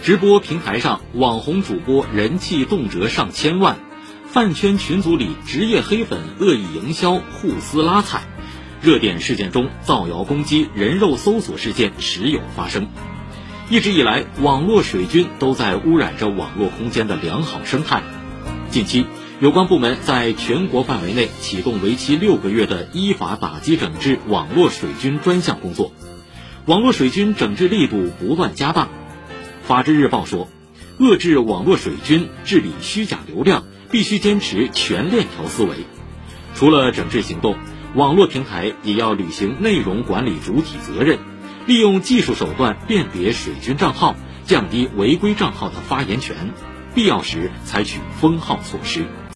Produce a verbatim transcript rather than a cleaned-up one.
直播平台上，网红主播人气动辄上千万，饭圈群组里职业黑粉恶意营销、互撕拉踩，热点事件中造谣攻击、人肉搜索事件时有发生。一直以来，网络水军都在污染着网络空间的良好生态。近期，有关部门在全国范围内启动为期六个月的依法打击整治网络水军专项工作，网络水军整治力度不断加大。法制日报说，遏制网络水军、治理虚假流量，必须坚持全链条思维。除了整治行动，网络平台也要履行内容管理主体责任，利用技术手段辨别水军账号，降低违规账号的发言权，必要时采取封号措施。